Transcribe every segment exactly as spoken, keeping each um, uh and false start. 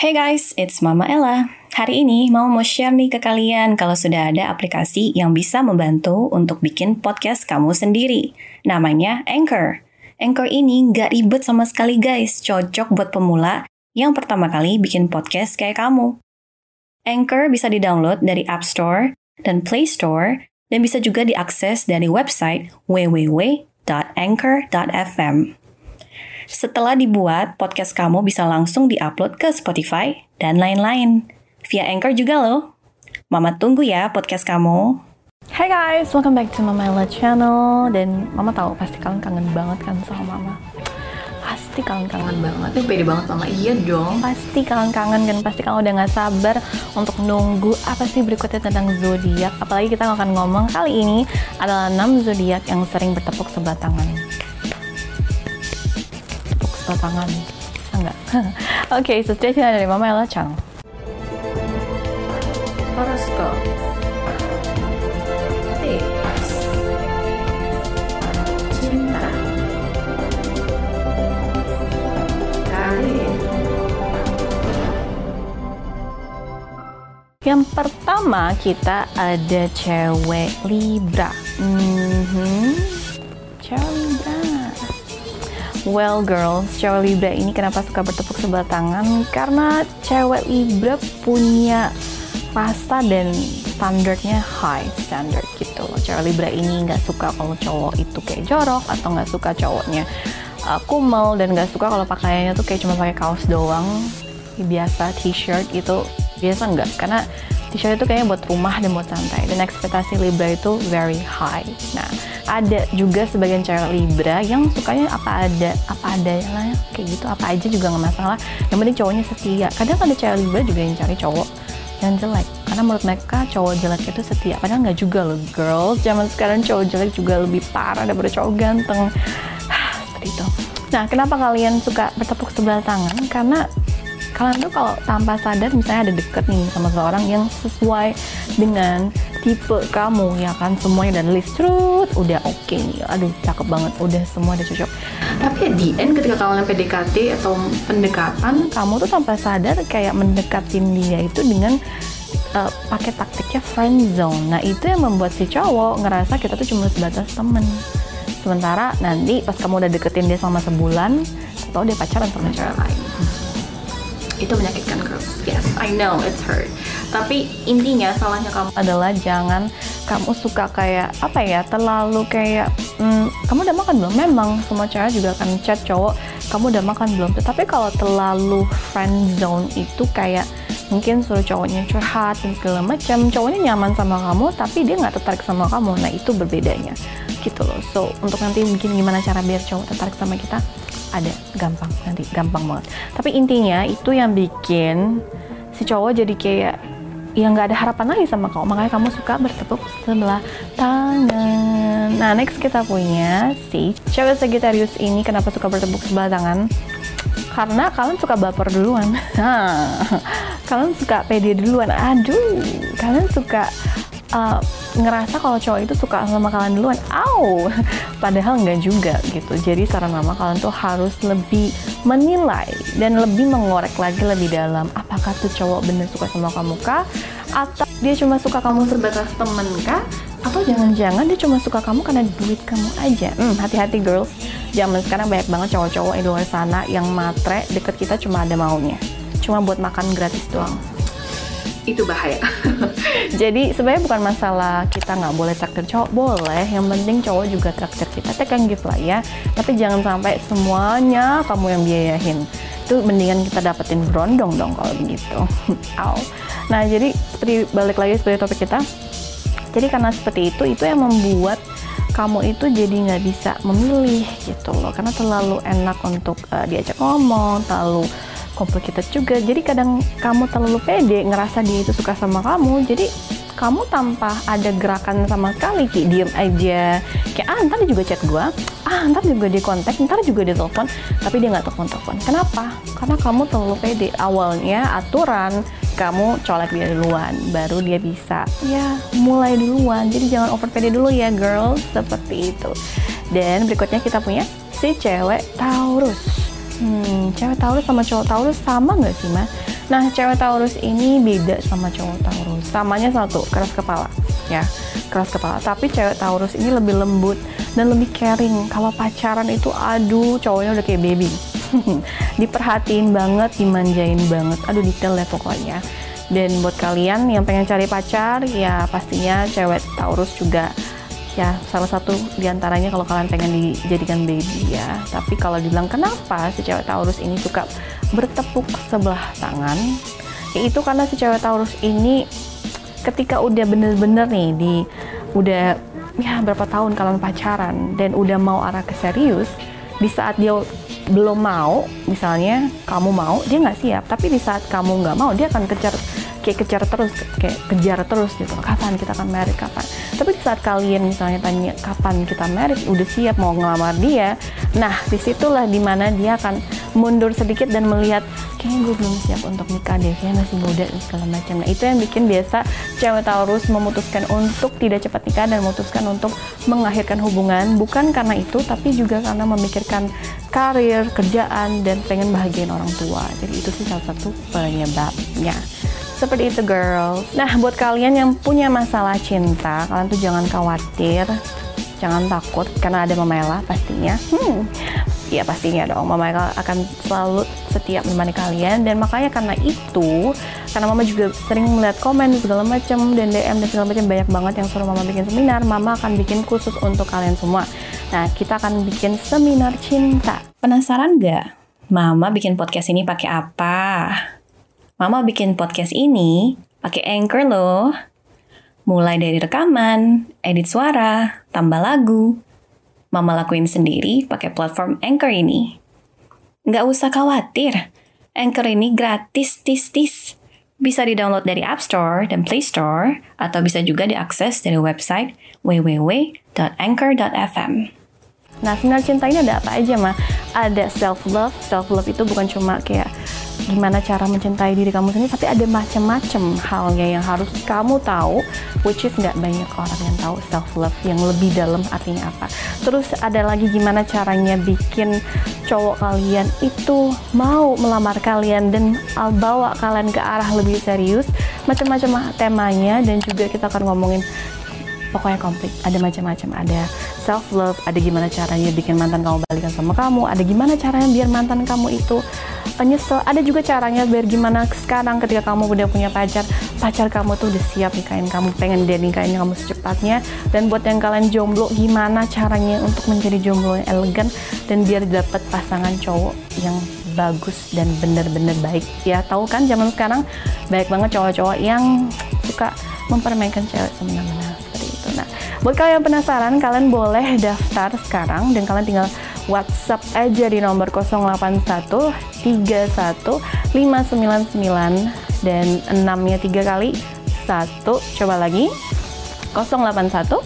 Hey guys, it's Mama Ella. Hari ini mau mau share nih ke kalian kalau sudah ada aplikasi yang bisa membantu untuk bikin podcast kamu sendiri. Namanya Anchor. Anchor ini nggak ribet sama sekali guys, cocok buat pemula yang pertama kali bikin podcast kayak kamu. Anchor bisa di-download dari App Store dan Play Store dan bisa juga diakses dari website w w w dot anchor dot f m. Setelah dibuat, podcast kamu bisa langsung diupload ke Spotify dan lain-lain. Via Anchor juga loh. Mama tunggu ya podcast kamu. Hai guys, welcome back to Mama Ella channel. Dan Mama tahu pasti kalian kangen banget kan sama Mama. Pasti kalian kangen banget. Itu pede banget Mama, iya dong. Pasti kalian kangen kan, pasti kalian udah gak sabar untuk nunggu apa sih berikutnya tentang zodiak. Apalagi kita akan ngomong kali ini adalah enam zodiak yang sering bertepuk sebelah tangan. Tangan, enggak. Oke, okay, so stay tune dari Mama Ella channel. Horoskop. Tips. Cinta. Karir. Yang pertama kita ada cewek Libra. Mm-hmm. Cewek Libra. Well girls, cewek Libra ini kenapa suka bertepuk sebelah tangan? Karena cewek Libra punya rasa dan standarnya high standard gitu loh. Cewek Libra ini nggak suka kalau cowok itu kayak jorok atau nggak suka cowoknya uh, kumel dan nggak suka kalau pakaiannya tuh kayak cuma pakai kaos doang, biasa t-shirt gitu. Biasa nggak, karena t-shirt itu kayaknya buat rumah dan buat santai. Dan ekspektasi Libra itu very high. Nah, ada juga sebagian cewek Libra yang sukanya apa ada, apa ada lah ya, kayak gitu, apa aja juga nggak masalah. Yang penting cowoknya setia. Kadang ada cewek Libra juga yang cari cowok yang jelek, karena menurut mereka cowok jelek itu setia. Padahal nggak juga loh, girls. Zaman sekarang cowok jelek juga lebih parah daripada cowok ganteng. Seperti itu. Nah, kenapa kalian suka bertepuk sebelah tangan? Karena kalian tuh kalau tanpa sadar misalnya ada deket nih sama seorang yang sesuai dengan tipe kamu, ya kan, semuanya dan list truth udah oke okay nih, aduh cakep banget, udah semua udah cocok. Tapi at the end ketika kalian P D K T atau pendekatan, kamu tuh tanpa sadar kayak mendekatin dia itu dengan uh, pakai taktiknya friend zone. Nah itu yang membuat si cowok ngerasa kita tuh cuma sebatas temen. Sementara nanti pas kamu udah deketin dia selama sebulan, atau dia pacaran sama cewek lain. Itu menyakitkan girls. Yes, I know it's hurt. Tapi intinya salahnya kamu adalah jangan kamu suka kayak apa ya, terlalu kayak hmm, kamu udah makan belum? Memang semua cewek juga akan chat cowok, kamu udah makan belum? Tapi kalau terlalu friend zone itu kayak mungkin suruh cowoknya curhat dan segala macam, cowoknya nyaman sama kamu tapi dia nggak tertarik sama kamu. Nah itu berbedanya gitu loh. So untuk nanti mungkin gimana cara biar cowok tertarik sama kita, ada gampang, nanti gampang banget. Tapi intinya itu yang bikin si cowok jadi kayak ya nggak ada harapan lagi sama kamu, makanya kamu suka bertepuk sebelah tangan. Nah next kita punya si cewek Sagittarius ini. Kenapa suka bertepuk sebelah tangan? Karena kalian suka baper duluan. Nah, kalian suka pede duluan. Aduh, kalian suka Uh, ngerasa kalau cowok itu suka sama kalian duluan. Au, padahal enggak juga gitu. Jadi saran mama, kalian tuh harus lebih menilai dan lebih mengorek lagi lebih dalam. Apakah tuh cowok bener suka sama kamu kah? Atau dia cuma suka kamu sebatas temen kah? Atau jangan-jangan dia cuma suka kamu karena duit kamu aja? Hmm, hati-hati girls. Zaman sekarang banyak banget cowok-cowok di luar sana yang matre, deket kita cuma ada maunya, cuma buat makan gratis doang. Itu bahaya. Jadi sebenarnya bukan masalah kita nggak boleh traktir cowok, boleh. Yang penting cowok juga traktir kita, take and give lah ya. Tapi jangan sampai semuanya kamu yang biayain. Itu mendingan kita dapetin berondong dong kalau begitu. Au. Nah jadi seperti balik lagi seperti topik kita. Jadi karena seperti itu, itu yang membuat kamu itu jadi nggak bisa memilih gitu loh. Karena terlalu enak untuk uh, diajak ngomong, terlalu complicated juga. Jadi kadang kamu terlalu pede ngerasa dia itu suka sama kamu, jadi kamu tanpa ada gerakan sama sekali, kayak diem aja, kayak ah ntar dia juga chat gue, ah ntar juga dia kontak, ntar juga dia telepon, tapi dia nggak telepon-telepon. Kenapa? Karena kamu terlalu pede. Awalnya aturan kamu colek dia duluan, baru dia bisa ya mulai duluan. Jadi jangan over pede dulu ya girls, seperti itu. Dan berikutnya kita punya si cewek Taurus. Hmm, cewek Taurus sama cowok Taurus sama nggak sih, Ma? Nah, cewek Taurus ini beda sama cowok Taurus. Samanya satu, keras kepala, ya, keras kepala. Tapi cewek Taurus ini lebih lembut dan lebih caring. Kalau pacaran itu, aduh, cowoknya udah kayak baby. Diperhatiin banget, dimanjain banget. Aduh, detail deh pokoknya. Dan buat kalian yang pengen cari pacar, ya pastinya cewek Taurus juga ya salah satu diantaranya kalau kalian pengen dijadikan baby ya. Tapi kalau dibilang kenapa si cewek Taurus ini suka bertepuk sebelah tangan, yaitu karena si cewek Taurus ini ketika udah bener-bener nih di udah ya berapa tahun kalian pacaran dan udah mau arah ke serius, di saat dia belum mau, misalnya kamu mau, dia nggak siap. Tapi di saat kamu nggak mau, dia akan kejar, kayak kejar terus, kayak kejar terus gitu. Kapan kita akan married, kapan? Tapi di saat kalian misalnya tanya kapan kita married, udah siap mau ngelamar dia, nah disitulah dimana dia akan mundur sedikit dan melihat kayaknya gue belum siap untuk nikah deh, kayaknya masih muda dan segala macam. Nah itu yang bikin biasa cewek Taurus memutuskan untuk tidak cepat nikah dan memutuskan untuk mengakhirkan hubungan, bukan karena itu tapi juga karena memikirkan karir, kerjaan, dan pengen bahagiain orang tua. Jadi itu sih salah satu penyebabnya. Seperti itu girls. Nah buat kalian yang punya masalah cinta, kalian tuh jangan khawatir, jangan takut karena ada Mama Ella pastinya. Hmm, ya pastinya dong, Mama Ella akan selalu setiap menemani kalian. Dan makanya karena itu, karena Mama juga sering melihat komen segala macam dan D M dan segala macam, banyak banget yang suruh Mama bikin seminar. Mama akan bikin khusus untuk kalian semua. Nah kita akan bikin seminar cinta. Penasaran gak? Mama bikin podcast ini pakai apa? Mama bikin podcast ini pakai Anchor loh. Mulai dari rekaman, edit suara, tambah lagu. Mama lakuin sendiri pakai platform Anchor ini. Nggak usah khawatir, Anchor ini gratis tis-tis. Bisa di-download dari App Store dan Play Store, atau bisa juga diakses dari website w w w dot anchor dot f m. Nah, seminar cinta ini ada apa aja, Ma? Ada self-love. Self-love itu bukan cuma kayak gimana cara mencintai diri kamu sendiri, tapi ada macam-macam halnya yang harus kamu tahu, which is nggak banyak orang yang tahu self-love yang lebih dalam artinya apa. Terus ada lagi gimana caranya bikin cowok kalian itu mau melamar kalian dan bawa kalian ke arah lebih serius, macam-macam temanya. Dan juga kita akan ngomongin pokoknya komplit, ada macam-macam, ada self love, ada gimana caranya bikin mantan kamu balikan sama kamu, ada gimana caranya biar mantan kamu itu nyesel, ada juga caranya biar gimana sekarang ketika kamu udah punya pacar, pacar kamu tuh udah siap nikahin kamu, pengen dia nikahin kamu secepatnya. Dan buat yang kalian jomblo, gimana caranya untuk menjadi jomblo yang elegan dan biar dapat pasangan cowok yang bagus dan bener-bener baik. Ya tahu kan zaman sekarang banyak banget cowok-cowok yang suka mempermainkan cewek semena-mena seperti itu. Nah, buat kalian yang penasaran, kalian boleh daftar sekarang dan kalian tinggal WhatsApp aja di nomor nol delapan satu tiga satu lima sembilan sembilan dan enamnya tiga kali satu. Coba lagi, nol delapan satu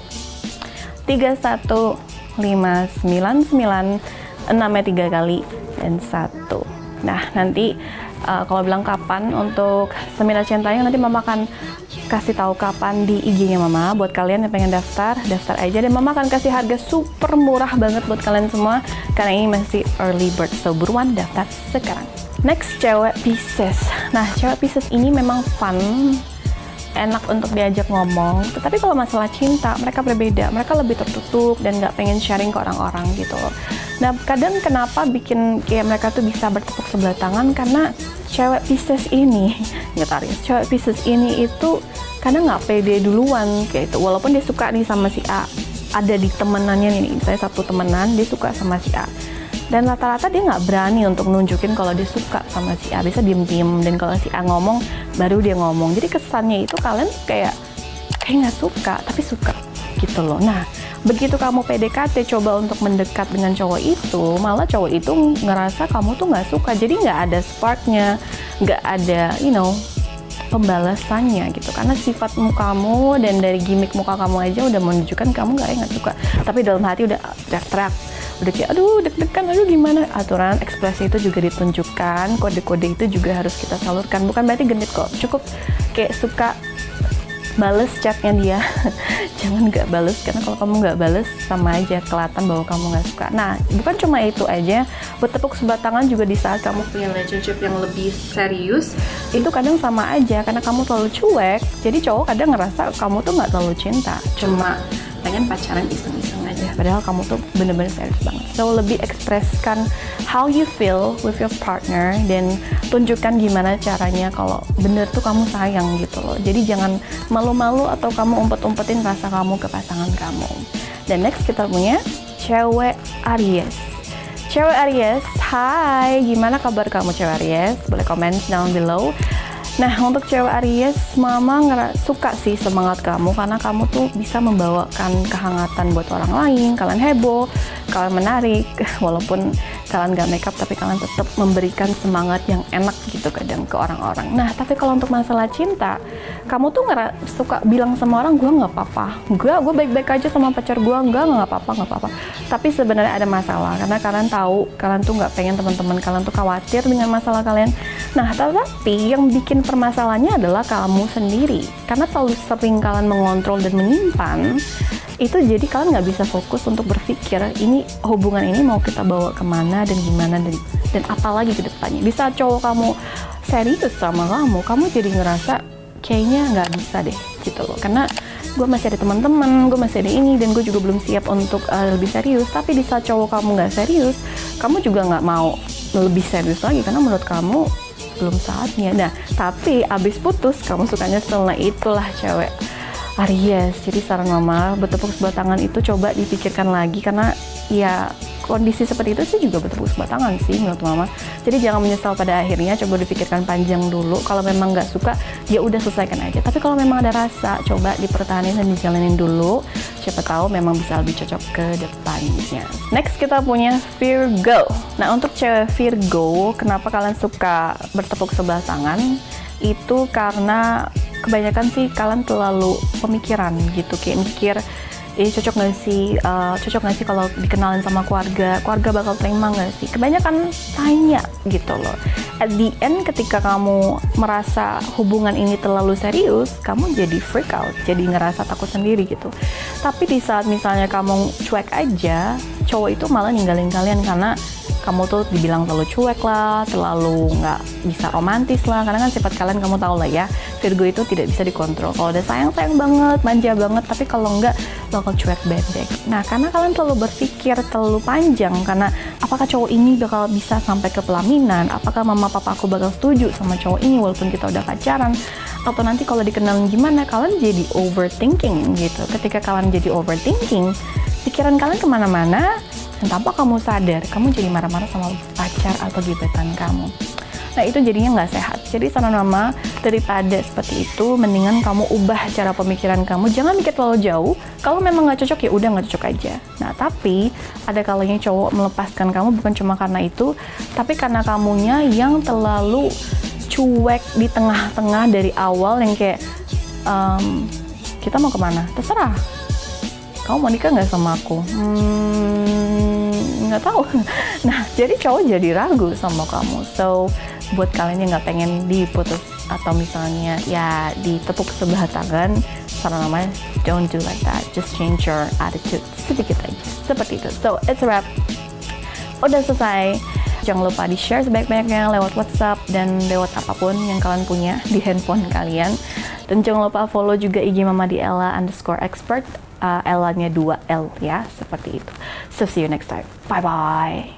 tiga satu lima sembilan sembilan, enamnya tiga kali dan satu. Nah, nanti uh, kalau bilang kapan untuk seminar cintanya, nanti Mama akan kasih tahu kapan di I G-nya Mama. Buat kalian yang pengen daftar, daftar aja. Dan Mama akan kasih harga super murah banget buat kalian semua, karena ini masih early bird. So, buruan daftar sekarang. Next, cewek Pisces. Nah, cewek Pisces ini memang fun, enak untuk diajak ngomong. Tetapi kalau masalah cinta, mereka berbeda. Mereka lebih tertutup dan nggak pengen sharing ke orang-orang gitu loh. Nah, kadang kenapa bikin kayak mereka tuh bisa bertepuk sebelah tangan, karena cewek Pisces ini, nggak taris, cewek Pisces ini itu kadang nggak pede duluan kayak itu. Walaupun dia suka nih sama si A, ada di temenannya nih, misalnya satu temenan, dia suka sama si A. Dan rata-rata dia nggak berani untuk nunjukin kalau dia suka sama si A, bisa diem-diem. Dan kalau si A ngomong, baru dia ngomong. Jadi kesannya itu kalian kayak kayak nggak suka, tapi suka gitu loh. Nah, begitu kamu P D K T coba untuk mendekat dengan cowok itu, malah cowok itu ngerasa kamu tuh nggak suka. Jadi nggak ada sparknya, nggak ada, you know, pembalasannya gitu. Karena sifat mukamu dan dari gimmick muka kamu aja udah menunjukkan kamu nggak nggak suka. Tapi dalam hati udah teriak-teriak, udah kayak aduh deg-degan, aduh gimana. Aturan ekspresi itu juga ditunjukkan, kode-kode itu juga harus kita salurkan. Bukan berarti genit kok, cukup kayak suka bales chatnya dia. Jangan nggak bales, karena kalau kamu nggak bales sama aja kelihatan bahwa kamu nggak suka. Nah, bukan cuma itu aja, bertepuk sebelah tangan juga di saat kamu punya relationship yang lebih serius, itu kadang sama aja, karena kamu terlalu cuek, jadi cowok kadang ngerasa kamu tuh nggak terlalu cinta, cuma pengen pacaran iseng-iseng aja, padahal kamu tuh bener-bener serius banget. So, lebih ekspreskan how you feel with your partner, dan tunjukkan gimana caranya kalau bener tuh kamu sayang gitu loh. Jadi jangan malu-malu atau kamu umpet-umpetin rasa kamu ke pasangan kamu. Dan next kita punya cewek Aries. Cewek Aries, hai, gimana kabar kamu cewek Aries? Boleh komen down below. Nah, untuk cewek Aries, mama ngera- suka sih semangat kamu, karena kamu tuh bisa membawakan kehangatan buat orang lain. Kalian heboh, kalian menarik, walaupun kalian gak makeup, tapi kalian tetap memberikan semangat yang enak gitu kadang ke orang-orang. Nah, tapi kalau untuk masalah cinta, kamu tuh ngera- suka bilang sama orang, gue gak apa-apa, gue gue baik-baik aja sama pacar gue, enggak, gak apa-apa, gak apa-apa. Tapi sebenarnya ada masalah, karena kalian tahu, kalian tuh gak pengen teman-teman kalian tuh khawatir dengan masalah kalian. Nah, tapi yang bikin permasalahannya adalah kamu sendiri, karena terlalu sering kalian mengontrol dan menyimpan, itu jadi kalian nggak bisa fokus untuk berpikir ini hubungan ini mau kita bawa kemana dan gimana dan dan apa lagi ke depannya. Di saat cowok kamu serius sama kamu, kamu jadi ngerasa kayaknya nggak bisa deh gitu loh, karena gue masih ada teman-teman, gue masih ada ini, dan gue juga belum siap untuk uh, lebih serius. Tapi di saat cowok kamu nggak serius, kamu juga nggak mau lebih serius lagi, karena menurut kamu belum saatnya. Nah, tapi abis putus kamu sukanya setelah itulah cewek Aries. Jadi saran mama, bertepuk sebelah tangan itu coba dipikirkan lagi, karena ya kondisi seperti itu sih juga bertepuk sebelah tangan sih menurut mama. Jadi jangan menyesal pada akhirnya, coba dipikirkan panjang dulu. Kalau memang nggak suka, ya udah selesaikan aja. Tapi kalau memang ada rasa, coba dipertahankan dan dijalanin dulu. Siapa tahu memang bisa lebih cocok ke depannya. Next kita punya Virgo. Nah, untuk cewek Virgo, kenapa kalian suka bertepuk sebelah tangan? Itu karena kebanyakan sih kalian terlalu pemikiran gitu, kayak mikir ini cocok nggak sih, uh, cocok nggak sih kalau dikenalin sama keluarga, keluarga bakal terima nggak sih, kebanyakan tanya gitu loh. At the end ketika kamu merasa hubungan ini terlalu serius, kamu jadi freak out, jadi ngerasa takut sendiri gitu. Tapi di saat misalnya kamu cuek aja, cowok itu malah ninggalin kalian karena kamu tuh dibilang terlalu cuek lah, terlalu nggak bisa romantis lah, karena kan sifat kalian kamu tahu lah ya, Virgo itu tidak bisa dikontrol. Kalau udah sayang-sayang banget, manja banget, tapi kalau nggak bakal cuek bedek. Nah, karena kalian terlalu berpikir terlalu panjang, karena apakah cowok ini bakal bisa sampai ke pelaminan, apakah mama papa aku bakal setuju sama cowok ini walaupun kita udah pacaran, atau nanti kalau dikenalin gimana, kalian jadi overthinking gitu. Ketika kalian jadi overthinking, pikiran kalian kemana-mana, dan tanpa kamu sadar, kamu jadi marah-marah sama pacar atau gebetan kamu. Nah, itu jadinya nggak sehat. Jadi saran mama, daripada seperti itu, mendingan kamu ubah cara pemikiran kamu. Jangan mikir terlalu jauh. Kalau memang nggak cocok, ya udah nggak cocok aja. Nah, tapi ada kalanya cowok melepaskan kamu bukan cuma karena itu, tapi karena kamunya yang terlalu cuek di tengah-tengah dari awal, yang kayak um, kita mau kemana? Terserah. Kamu mau nikah nggak sama aku? Hmm, nggak tahu. Nah, jadi cowok jadi ragu sama kamu. So, buat kalian yang nggak pengen diputus atau misalnya ya ditepuk sebelah tangan, saran namanya don't do like that. Just change your attitude sedikit aja. Seperti itu. So, it's a wrap. Udah selesai. Jangan lupa di-share sebanyak-banyaknya lewat WhatsApp dan lewat apapun yang kalian punya di handphone kalian. Dan jangan lupa follow juga I G Mama di Ella underscore expert. Uh, Ella-nya dua L ya, seperti itu. So see you next time. Bye bye.